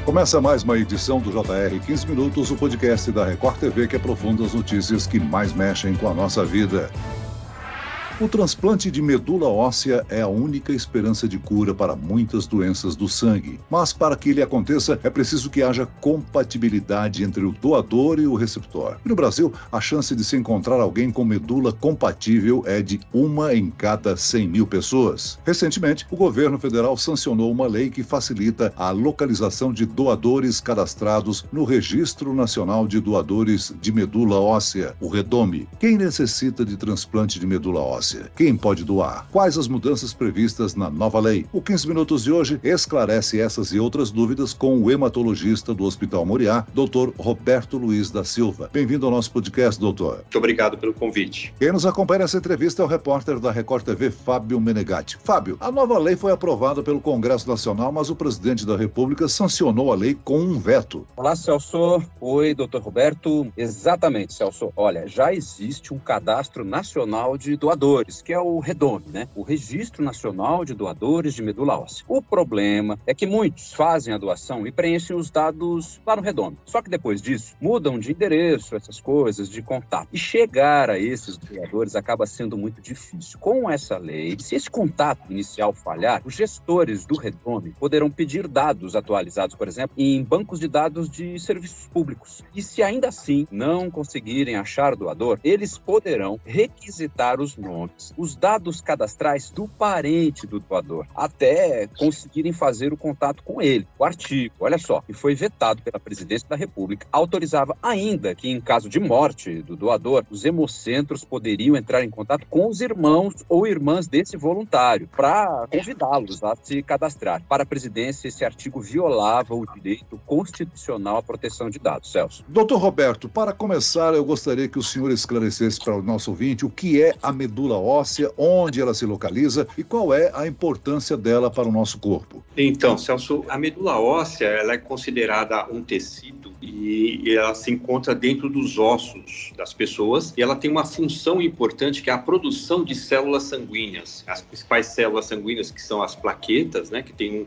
Começa mais uma edição do JR 15 Minutos, o podcast da Record TV que aprofunda as notícias que mais mexem com a nossa vida. O transplante de medula óssea é a única esperança de cura para muitas doenças do sangue. Mas para que ele aconteça, é preciso que haja compatibilidade entre o doador e o receptor. E no Brasil, a chance de se encontrar alguém com medula compatível é de 1 em cada 100 mil pessoas. Recentemente, o governo federal sancionou uma lei que facilita a localização de doadores cadastrados no Registro Nacional de Doadores de Medula Óssea, o REDOME. Quem necessita de transplante de medula óssea? Quem pode doar? Quais as mudanças previstas na nova lei? O 15 Minutos de hoje esclarece essas e outras dúvidas com o hematologista do Hospital Moriá, Dr. Roberto Luiz da Silva. Bem-vindo ao nosso podcast, doutor. Muito obrigado pelo convite. Quem nos acompanha nessa entrevista é o repórter da Record TV, Fábio Menegatti. Fábio, a nova lei foi aprovada pelo Congresso Nacional, mas o presidente da República sancionou a lei com um veto. Olá, Celso. Oi, doutor Roberto. Exatamente, Celso. Olha, já existe um cadastro nacional de doadores, que é o REDOME, né? O Registro Nacional de Doadores de Medula Óssea. O problema é que muitos fazem a doação e preenchem os dados lá no REDOME. Só que depois disso, mudam de endereço, essas coisas, de contato. E chegar a esses doadores acaba sendo muito difícil. Com essa lei, se esse contato inicial falhar, os gestores do REDOME poderão pedir dados atualizados, por exemplo, em bancos de dados de serviços públicos. E se ainda assim não conseguirem achar o doador, eles poderão requisitar os nomes, os dados cadastrais do parente do doador, até conseguirem fazer o contato com ele. O artigo, olha só, que foi vetado pela Presidência da República, autorizava ainda que, em caso de morte do doador, os hemocentros poderiam entrar em contato com os irmãos ou irmãs desse voluntário, para convidá-los a se cadastrar. Para a Presidência, esse artigo violava o direito constitucional à proteção de dados. Celso. Doutor Roberto, para começar, eu gostaria que o senhor esclarecesse para o nosso ouvinte o que é a medula óssea, onde ela se localiza e qual é a importância dela para o nosso corpo. Então, Celso, a medula óssea ela é considerada um tecido e ela se encontra dentro dos ossos das pessoas e ela tem uma função importante que é a produção de células sanguíneas. As principais células sanguíneas que são as plaquetas, né, que tem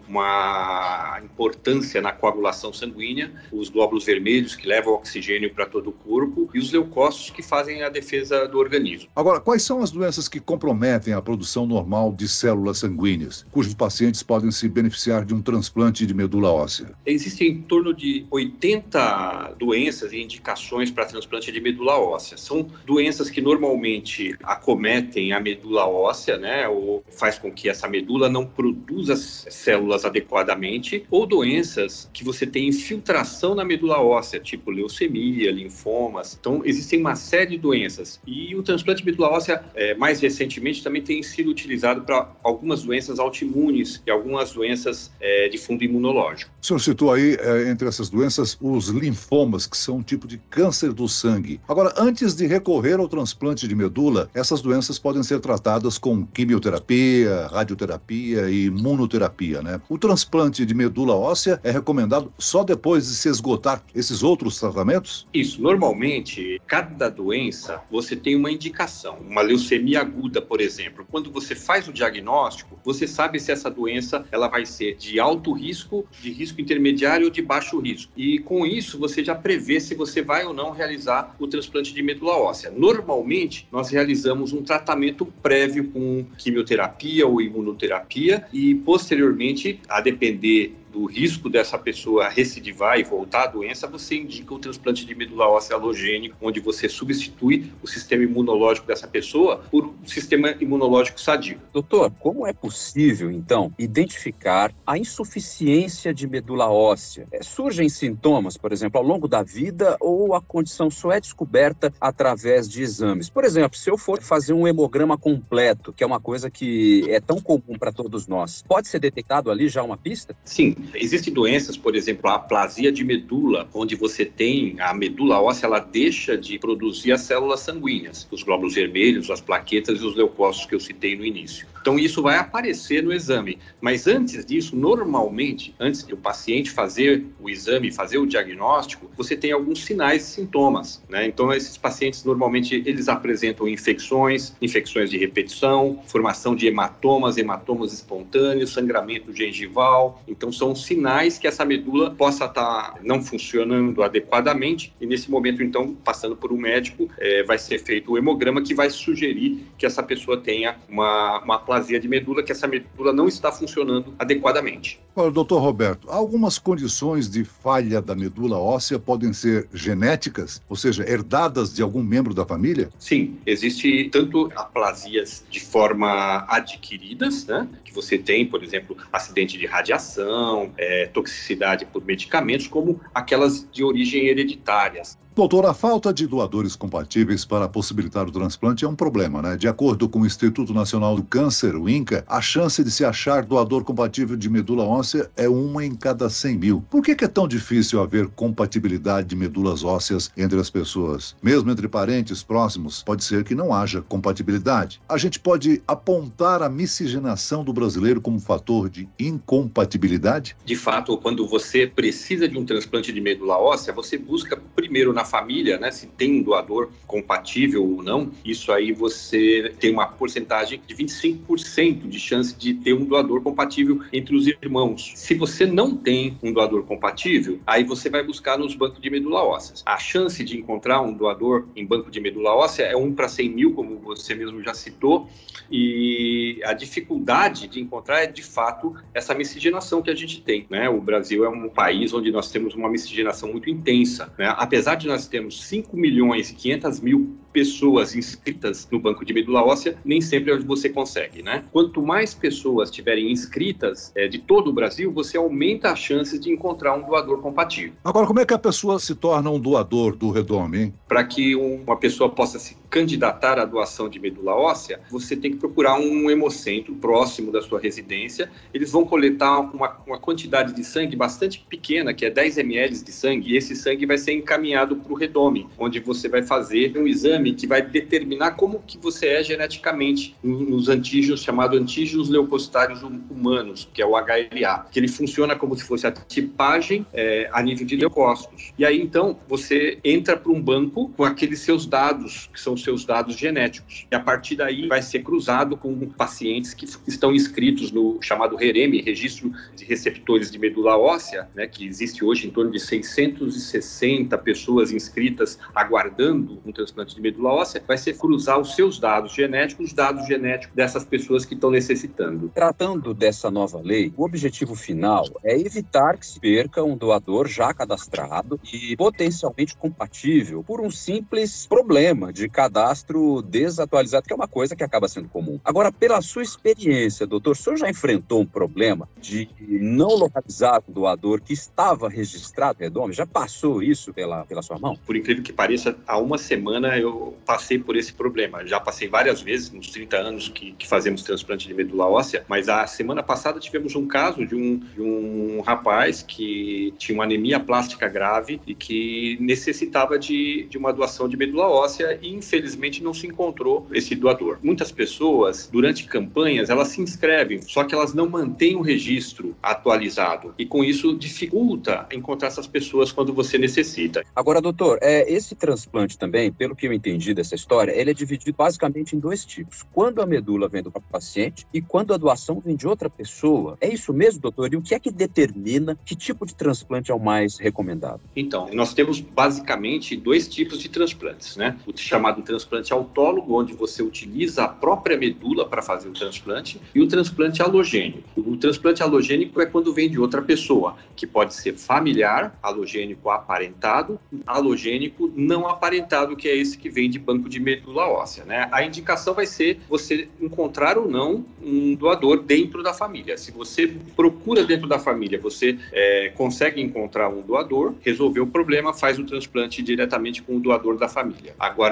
uma importância na coagulação sanguínea, os glóbulos vermelhos que levam oxigênio para todo o corpo e os leucócitos que fazem a defesa do organismo. Agora, quais são as doenças que comprometem a produção normal de células sanguíneas, cujos pacientes podem se beneficiar de um transplante de medula óssea? Existem em torno de 80 doenças e indicações para transplante de medula óssea. São doenças que normalmente acometem a medula óssea, né, ou faz com que essa medula não produza células adequadamente, ou doenças que você tem infiltração na medula óssea, tipo leucemia, linfomas. Então, existem uma série de doenças. E o transplante de medula óssea, mais recentemente, também tem sido utilizado para algumas doenças autoimunes e algumas doenças de fundo imunológico. O senhor citou aí, entre essas doenças, os linfomas, que são um tipo de câncer do sangue. Agora, antes de recorrer ao transplante de medula, essas doenças podem ser tratadas com quimioterapia, radioterapia e imunoterapia, né? O transplante de medula óssea é recomendado só depois de se esgotar esses outros tratamentos? Isso. Normalmente, cada doença, você tem uma indicação. Uma leucemia aguda, por exemplo. Quando você faz o diagnóstico, você sabe se essa doença ela vai ser de alto risco, de risco intermediário ou de baixo risco. E com isso, você já prevê se você vai ou não realizar o transplante de medula óssea. Normalmente, nós realizamos um tratamento prévio com quimioterapia ou imunoterapia e, posteriormente, a depender do risco dessa pessoa recidivar e voltar à doença, você indica o transplante de medula óssea halogênico, onde você substitui o sistema imunológico dessa pessoa por um sistema imunológico sadio. Doutor, como é possível, então, identificar a insuficiência de medula óssea? Surgem sintomas, por exemplo, ao longo da vida ou a condição só é descoberta através de exames? Por exemplo, se eu for fazer um hemograma completo, que é uma coisa que é tão comum para todos nós, pode ser detectado ali já uma pista? Sim. Existem doenças, por exemplo, a aplasia de medula, onde você tem a medula óssea, ela deixa de produzir as células sanguíneas, os glóbulos vermelhos, as plaquetas e os leucócitos que eu citei no início. Então, isso vai aparecer no exame. Mas antes disso, normalmente, antes do paciente fazer o exame, fazer o diagnóstico, você tem alguns sinais e sintomas, né? Então, esses pacientes, normalmente, eles apresentam infecções de repetição, formação de hematomas espontâneos, sangramento gengival. Então, são sinais que essa medula possa estar não funcionando adequadamente e, nesse momento, então, passando por um médico, vai ser feito o hemograma que vai sugerir que essa pessoa tenha uma aplasia de medula, que essa medula não está funcionando adequadamente. Olha, doutor Roberto, algumas condições de falha da medula óssea podem ser genéticas, ou seja, herdadas de algum membro da família? Sim, existe tanto aplasias de forma adquiridas, né, que você tem, por exemplo, acidente de radiação, toxicidade por medicamentos, como aquelas de origem hereditárias. Doutor, a falta de doadores compatíveis para possibilitar o transplante é um problema, né? De acordo com o Instituto Nacional do Câncer, o INCA, a chance de se achar doador compatível de medula óssea é 1 em cada 100 mil. Por que é tão difícil haver compatibilidade de medulas ósseas entre as pessoas? Mesmo entre parentes próximos, pode ser que não haja compatibilidade. A gente pode apontar a miscigenação do brasileiro como fator de incompatibilidade? De fato, quando você precisa de um transplante de medula óssea, você busca primeiro na família, né, se tem um doador compatível ou não. Isso aí você tem uma porcentagem de 25% de chance de ter um doador compatível entre os irmãos. Se você não tem um doador compatível, aí você vai buscar nos bancos de medula óssea. A chance de encontrar um doador em banco de medula óssea é 1 para 100 mil, como você mesmo já citou, e a dificuldade de encontrar é, de fato, essa miscigenação que a gente tem, né? O Brasil é um país onde nós temos uma miscigenação muito intensa, né? Apesar de nós termos 5.500.000 pessoas inscritas no banco de medula óssea, nem sempre você consegue, né? Quanto mais pessoas tiverem inscritas de todo o Brasil, você aumenta as chances de encontrar um doador compatível. Agora, como é que a pessoa se torna um doador do Redome, hein? Para que uma pessoa possa se candidatar à doação de medula óssea, você tem que procurar um hemocentro próximo da sua residência. Eles vão coletar uma quantidade de sangue bastante pequena, que é 10 ml de sangue, e esse sangue vai ser encaminhado para o Redome, onde você vai fazer um exame que vai determinar como que você é geneticamente nos antígenos, chamados antígenos leucocitários humanos, que é o HLA, que ele funciona como se fosse a tipagem a nível de leucócitos. E aí, então, você entra para um banco com aqueles seus dados, que são seus dados genéticos. E a partir daí vai ser cruzado com pacientes que estão inscritos no chamado REREME, Registro de Receptores de Medula Óssea, né, que existe hoje em torno de 660 pessoas inscritas aguardando um transplante de medula óssea. Vai ser cruzar os seus dados genéticos, os dados genéticos dessas pessoas que estão necessitando. Tratando dessa nova lei, o objetivo final é evitar que se perca um doador já cadastrado e potencialmente compatível por um simples problema de cadastro desatualizado, que é uma coisa que acaba sendo comum. Agora, pela sua experiência, doutor, o senhor já enfrentou um problema de não localizar o doador que estava registrado no Redome? Já passou isso pela sua mão? Por incrível que pareça, há uma semana eu passei por esse problema. Já passei várias vezes, nos 30 anos que fazemos transplante de medula óssea, mas a semana passada tivemos um caso de um rapaz que tinha uma anemia plástica grave e que necessitava de uma doação de medula óssea e, infelizmente, não se encontrou esse doador. Muitas pessoas, durante campanhas, elas se inscrevem, só que elas não mantêm o registro atualizado e, com isso, dificulta encontrar essas pessoas quando você necessita. Agora, doutor, esse transplante também, pelo que eu entendi dessa história, ele é dividido basicamente em 2 tipos. Quando a medula vem do paciente e quando a doação vem de outra pessoa. É isso mesmo, doutor? E o que é que determina que tipo de transplante é o mais recomendado? Então, nós temos basicamente 2 tipos de transplantes, né? O chamado transplante autólogo, onde você utiliza a própria medula para fazer o transplante, e o transplante halogênico. O transplante halogênico é quando vem de outra pessoa, que pode ser familiar, halogênico aparentado, halogênico não aparentado, que é esse que vem de banco de medula óssea, né? A indicação vai ser você encontrar ou não um doador dentro da família. Se você procura dentro da família, você consegue encontrar um doador, resolver o problema, faz o transplante diretamente com o doador da família. Agora, se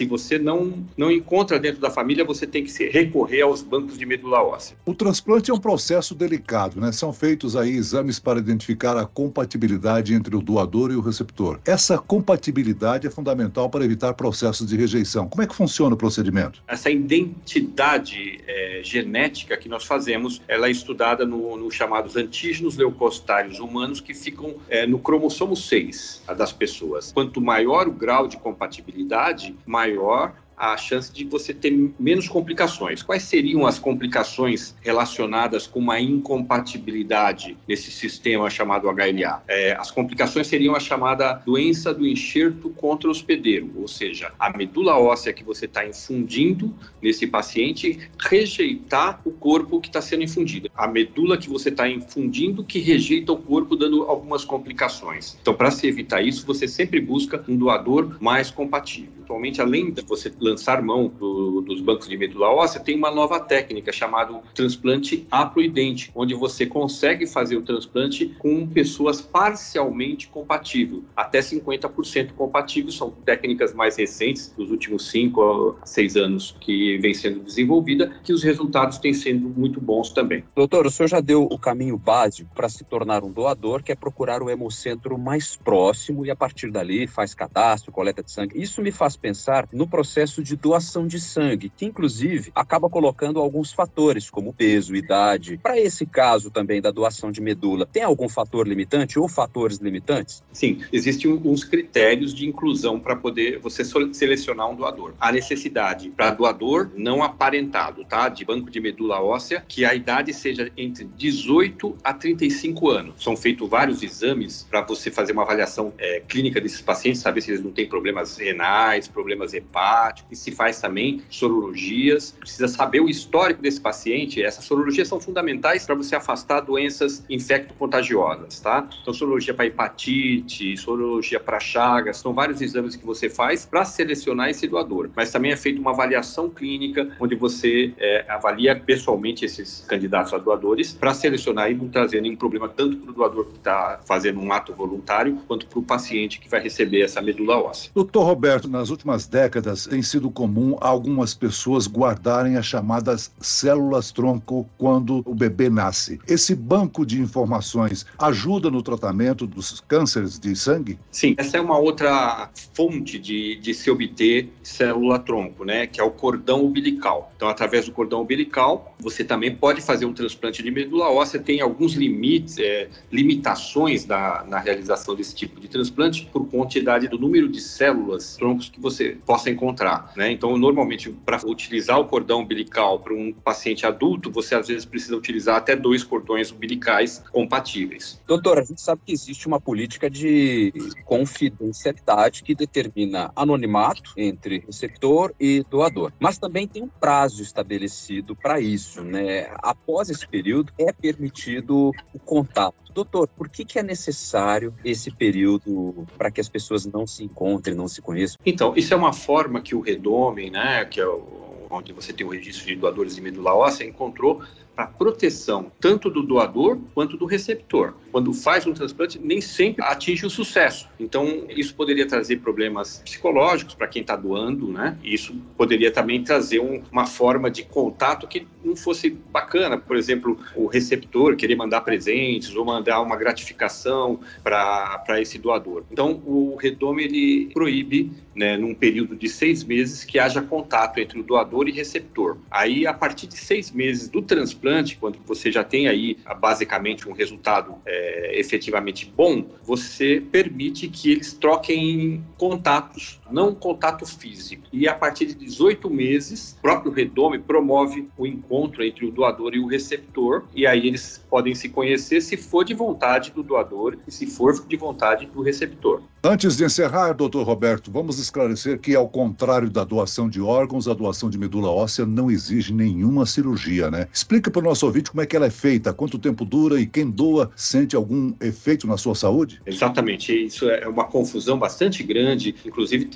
Se você não encontra dentro da família, você tem que recorrer aos bancos de medula óssea. O transplante é um processo delicado, né? São feitos aí exames para identificar a compatibilidade entre o doador e o receptor. Essa compatibilidade é fundamental para evitar processos de rejeição. Como é que funciona o procedimento? Essa identidade genética que nós fazemos, ela é estudada nos chamados antígenos leucocitários humanos que ficam no cromossomo 6 das pessoas. Quanto maior o grau de compatibilidade, maior a chance de você ter menos complicações. Quais seriam as complicações relacionadas com uma incompatibilidade nesse sistema chamado HLA? As complicações seriam a chamada doença do enxerto contra-hospedeiro, ou seja, a medula óssea que você está infundindo nesse paciente rejeitar o corpo que está sendo infundido. A medula que você está infundindo que rejeita o corpo, dando algumas complicações. Então, para se evitar isso, você sempre busca um doador mais compatível. Atualmente, além de você lançar mão dos bancos de medula óssea, tem uma nova técnica chamada transplante haploidente, onde você consegue fazer o transplante com pessoas parcialmente compatíveis, até 50% compatíveis. São técnicas mais recentes, dos últimos 5 a 6 anos que vem sendo desenvolvida, que os resultados têm sido muito bons também. Doutor, o senhor já deu o caminho básico para se tornar um doador, que é procurar o hemocentro mais próximo e a partir dali faz cadastro, coleta de sangue. Isso me faz pensar no processo de doação de sangue, que inclusive acaba colocando alguns fatores, como peso, idade. Para esse caso também da doação de medula, tem algum fator limitante ou fatores limitantes? Sim, existem alguns critérios de inclusão para poder você selecionar um doador. A necessidade para doador não aparentado, tá? De banco de medula óssea, que a idade seja entre 18 a 35 anos. São feitos vários exames para você fazer uma avaliação clínica desses pacientes, saber se eles não têm problemas renais, problemas hepáticos. E se faz também sorologias, precisa saber o histórico desse paciente. Essas sorologias são fundamentais para você afastar doenças infecto-contagiosas, tá? Então, sorologia para hepatite, sorologia para chagas, são vários exames que você faz para selecionar esse doador. Mas também é feita uma avaliação clínica, onde você avalia pessoalmente esses candidatos a doadores para selecionar e não trazer nenhum problema tanto para o doador que está fazendo um ato voluntário, quanto para o paciente que vai receber essa medula óssea. Doutor Roberto, nas últimas décadas tem sido comum algumas pessoas guardarem as chamadas células-tronco quando o bebê nasce. Esse banco de informações ajuda no tratamento dos cânceres de sangue? Sim, essa é uma outra fonte de se obter célula-tronco, né, que é o cordão umbilical. Então, através do cordão umbilical, você também pode fazer um transplante de medula óssea. Tem alguns limites, limitações na realização desse tipo de transplante por quantidade do número de células-troncos que você possa encontrar, né? Então, normalmente, para utilizar o cordão umbilical para um paciente adulto, você às vezes precisa utilizar até 2 cordões umbilicais compatíveis. Doutor, a gente sabe que existe uma política de confidencialidade que determina anonimato entre receptor e doador, mas também tem um prazo estabelecido para isso, né? Após esse período, é permitido o contato. Doutor, por que é necessário esse período para que as pessoas não se encontrem, não se conheçam? Então, isso é uma forma que o Redome, né, que é onde você tem o registro de doadores de medula óssea, encontrou para proteção tanto do doador quanto do receptor. Quando faz um transplante, nem sempre atinge o sucesso. Então, isso poderia trazer problemas psicológicos para quem está doando, né? E isso poderia também trazer uma forma de contato que não fosse bacana. Por exemplo, o receptor querer mandar presentes ou mandar uma gratificação para esse doador. Então, o Redome, ele proíbe, né, num período de 6 meses, que haja contato entre o doador e receptor. Aí, a partir de 6 meses do transplante, quando você já tem aí basicamente um resultado efetivamente bom, você permite que eles troquem contatos, não contato físico. E a partir de 18 meses, o próprio Redome promove o encontro entre o doador e o receptor, e aí eles podem se conhecer se for de vontade do doador e se for de vontade do receptor. Antes de encerrar, doutor Roberto, vamos esclarecer que, ao contrário da doação de órgãos, a doação de medula óssea não exige nenhuma cirurgia, né? Explica para o nosso ouvinte como é que ela é feita, quanto tempo dura e quem doa sente algum efeito na sua saúde? Exatamente, isso é uma confusão bastante grande. Inclusive,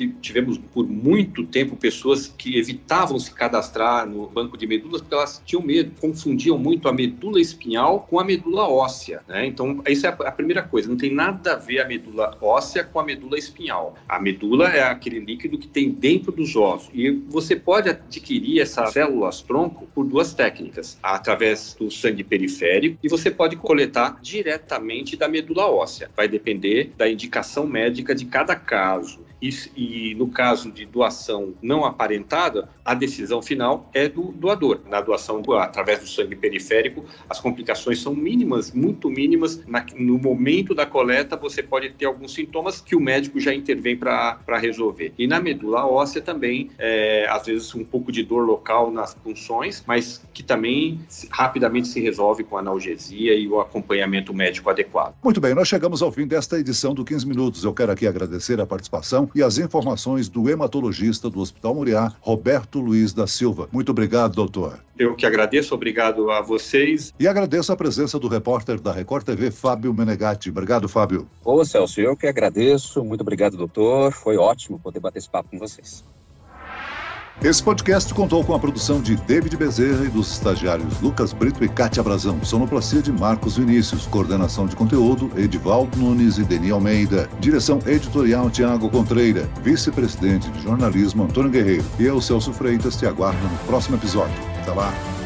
tivemos por muito tempo pessoas que evitavam se cadastrar no banco de medulas porque elas tinham medo, confundiam muito a medula espinhal com a medula óssea, né? Então, isso é a primeira coisa, não tem nada a ver a medula óssea com a medula espinhal. A medula é aquele líquido que tem dentro dos ossos e você pode adquirir essas células-tronco por duas técnicas, através do sangue periférico e você pode coletar diretamente da medula óssea. Vai depender da indicação médica de cada caso. E no caso de doação não aparentada, a decisão final é do doador. Na doação através do sangue periférico, as complicações são mínimas, muito mínimas. No momento da coleta, você pode ter alguns sintomas que o médico já intervém para resolver. E na medula óssea também, às vezes um pouco de dor local nas punções, mas que também rapidamente se resolve com analgesia e o acompanhamento médico adequado. Muito bem, nós chegamos ao fim desta edição do 15 Minutos. Eu quero aqui agradecer a participação e as informações do hematologista do Hospital Moriá, Roberto Luiz da Silva. Muito obrigado, doutor. Eu que agradeço, obrigado a vocês. E agradeço a presença do repórter da Record TV, Fábio Menegatti. Obrigado, Fábio. Ô, Celso, eu que agradeço. Muito obrigado, doutor. Foi ótimo poder bater esse papo com vocês. Esse podcast contou com a produção de David Bezerra e dos estagiários Lucas Brito e Cátia Brazão, sonoplastia de Marcos Vinícius, coordenação de conteúdo Edivaldo Nunes e Deni Almeida, direção editorial Tiago Contreira, vice-presidente de jornalismo Antônio Guerreiro. E eu, Celso Freitas, te aguardo no próximo episódio. Até lá!